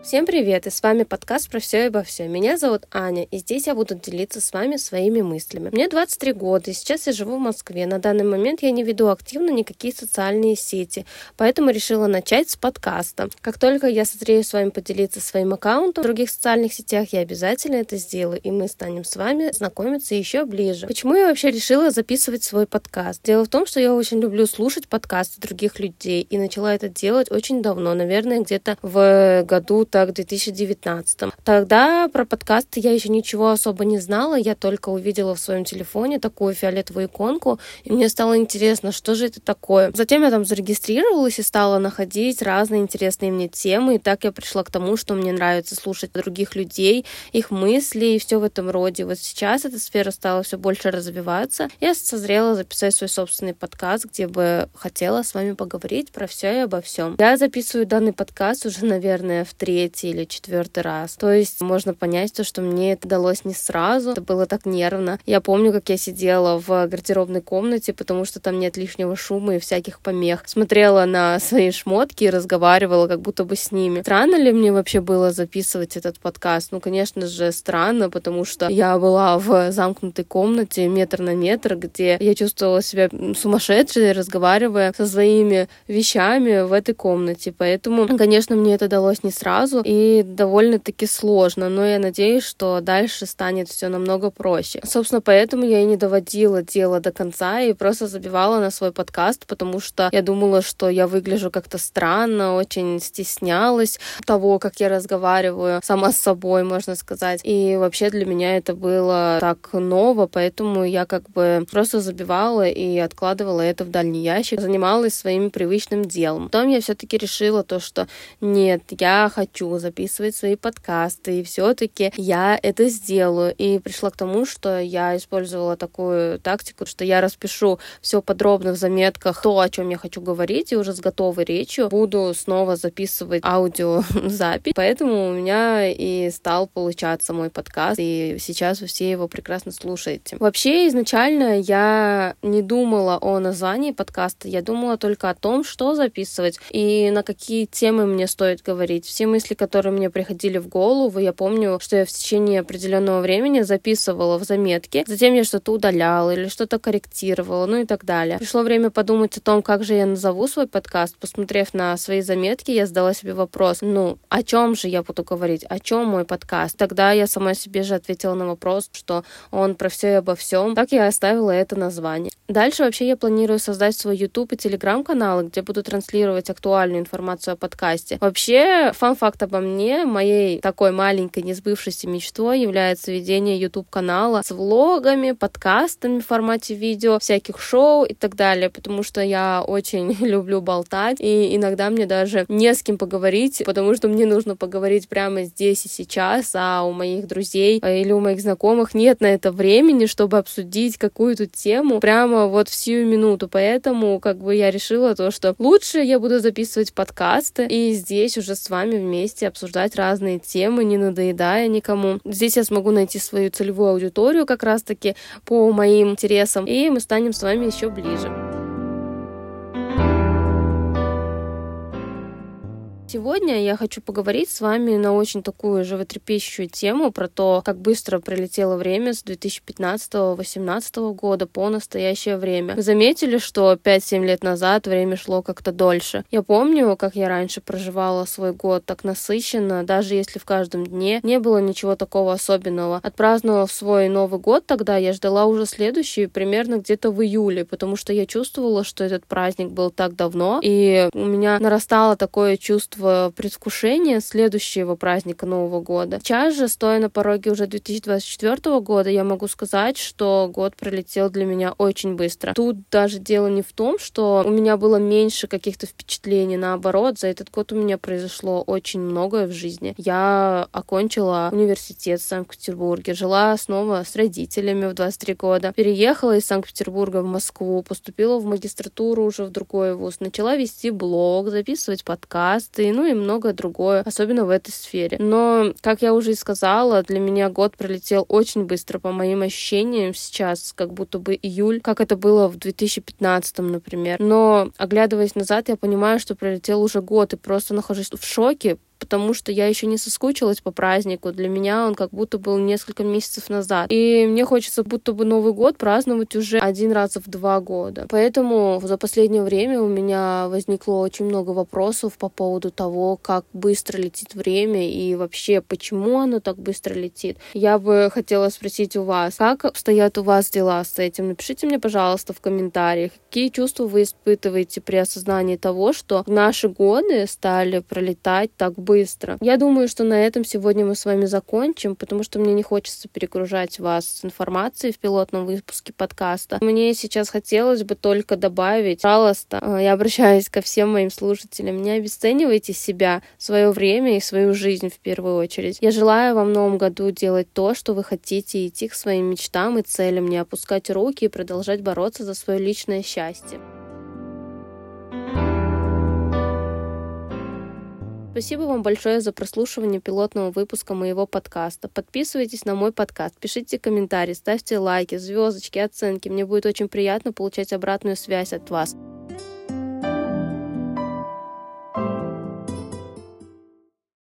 Всем привет, и с вами подкаст про все и обо всем. Меня зовут Аня, и здесь я буду делиться с вами своими мыслями. Мне 23 года, и сейчас я живу в Москве. На данный момент я не веду активно никакие социальные сети, поэтому решила начать с подкаста. Как только я созрею с вами поделиться своим аккаунтом в других социальных сетях, я обязательно это сделаю, и мы станем с вами знакомиться еще ближе. Почему я вообще решила записывать свой подкаст? Дело в том, что я очень люблю слушать подкасты других людей, и начала это делать очень давно, наверное, где-то в году 2019. Тогда про подкасты я еще ничего особо не знала, я только увидела в своем телефоне такую фиолетовую иконку, и мне стало интересно, что же это такое. Затем я там зарегистрировалась и стала находить разные интересные мне темы, и так я пришла к тому, что мне нравится слушать других людей, их мысли и все в этом роде. Вот сейчас эта сфера стала все больше развиваться. Я созрела записать свой собственный подкаст, где бы хотела с вами поговорить про все и обо всем. Я записываю данный подкаст уже, наверное, в 3-й или 4-й раз. То есть можно понять то, что мне это далось не сразу. Это было так нервно. Я помню, как я сидела в гардеробной комнате, потому что там нет лишнего шума и всяких помех. Смотрела на свои шмотки и разговаривала как будто бы с ними. Странно ли мне вообще было записывать этот подкаст? Ну, конечно же, странно, потому что я была в замкнутой комнате метр на метр, где я чувствовала себя сумасшедшей, разговаривая со своими вещами в этой комнате. Поэтому, конечно, мне это далось не сразу и довольно-таки сложно, но я надеюсь, что дальше станет все намного проще. Собственно, поэтому я и не доводила дело до конца и просто забивала на свой подкаст, потому что я думала, что я выгляжу как-то странно, очень стеснялась того, как я разговариваю сама с собой, можно сказать. И вообще для меня это было так ново, поэтому я как бы просто забивала и откладывала это в дальний ящик, занималась своим привычным делом. Потом я все-таки решила то, что нет, я хочу записывать свои подкасты, и все-таки я это сделаю. И пришла к тому, что я использовала такую тактику, что я распишу все подробно в заметках, то, о чем я хочу говорить, и уже с готовой речью буду снова записывать аудиозапись. Поэтому у меня и стал получаться мой подкаст, и сейчас вы все его прекрасно слушаете. Вообще, изначально я не думала о названии подкаста, я думала только о том, что записывать и на какие темы мне стоит говорить. Все мысли, которые мне приходили в голову, я помню, что я в течение определенного времени записывала в заметки, затем я что-то удаляла или что-то корректировала, ну и так далее. Пришло время подумать о том, как же я назову свой подкаст. Посмотрев на свои заметки, я задала себе вопрос, о чем же я буду говорить, о чем мой подкаст? Тогда я сама себе же ответила на вопрос, что он про все и обо всем. Так я оставила это название. Дальше вообще я планирую создать свой YouTube и Telegram каналы, где буду транслировать актуальную информацию о подкасте. Вообще, фан-факт обо мне, моей такой маленькой несбывшейся мечтой является ведение YouTube-канала с влогами, подкастами в формате видео, всяких шоу и так далее, потому что я очень люблю болтать, и иногда мне даже не с кем поговорить, потому что мне нужно поговорить прямо здесь и сейчас, а у моих друзей или у моих знакомых нет на это времени, чтобы обсудить какую-то тему прямо вот в сию минуту, поэтому я решила то, что лучше я буду записывать подкасты и здесь уже с вами вместе обсуждать разные темы, не надоедая никому. Здесь я смогу найти свою целевую аудиторию как раз-таки по моим интересам, и мы станем с вами еще ближе. Сегодня я хочу поговорить с вами на очень такую животрепещущую тему про то, как быстро пролетело время с 2015-2018 года по настоящее время. Вы заметили, что 5-7 лет назад время шло как-то дольше? Я помню, как я раньше проживала свой год так насыщенно, даже если в каждом дне не было ничего такого особенного. Отпраздновав свой Новый год тогда, я ждала уже следующий примерно где-то в июле, потому что я чувствовала, что этот праздник был так давно, и у меня нарастало такое чувство предвкушения следующего праздника Нового года. Сейчас же, стоя на пороге уже 2024 года, я могу сказать, что год пролетел для меня очень быстро. Тут даже дело не в том, что у меня было меньше каких-то впечатлений, наоборот, за этот год у меня произошло очень многое в жизни. Я окончила университет в Санкт-Петербурге, жила снова с родителями в 23 года, переехала из Санкт-Петербурга в Москву, поступила в магистратуру уже в другой вуз, начала вести блог, записывать подкасты, и многое другое, особенно в этой сфере. Но, как я уже и сказала, для меня год пролетел очень быстро, по моим ощущениям сейчас, как будто бы июль, как это было в 2015, например. Но, оглядываясь назад, я понимаю, что пролетел уже год, и просто нахожусь в шоке, потому что я еще не соскучилась по празднику. Для меня он как будто был несколько месяцев назад. И мне хочется будто бы Новый год праздновать уже один раз в 2 года. Поэтому за последнее время у меня возникло очень много вопросов по поводу того, как быстро летит время и вообще, почему оно так быстро летит. Я бы хотела спросить у вас, как обстоят у вас дела с этим? Напишите мне, пожалуйста, в комментариях, какие чувства вы испытываете при осознании того, что наши годы стали пролетать так быстро. Я думаю, что на этом сегодня мы с вами закончим, потому что мне не хочется перегружать вас с информацией в пилотном выпуске подкаста. Мне сейчас хотелось бы только добавить, пожалуйста, я обращаюсь ко всем моим слушателям, не обесценивайте себя, свое время и свою жизнь в первую очередь. Я желаю вам в новом году делать то, что вы хотите, идти к своим мечтам и целям, не опускать руки и продолжать бороться за свое личное счастье. Спасибо вам большое за прослушивание пилотного выпуска моего подкаста. Подписывайтесь на мой подкаст, пишите комментарии, ставьте лайки, звездочки, оценки. Мне будет очень приятно получать обратную связь от вас.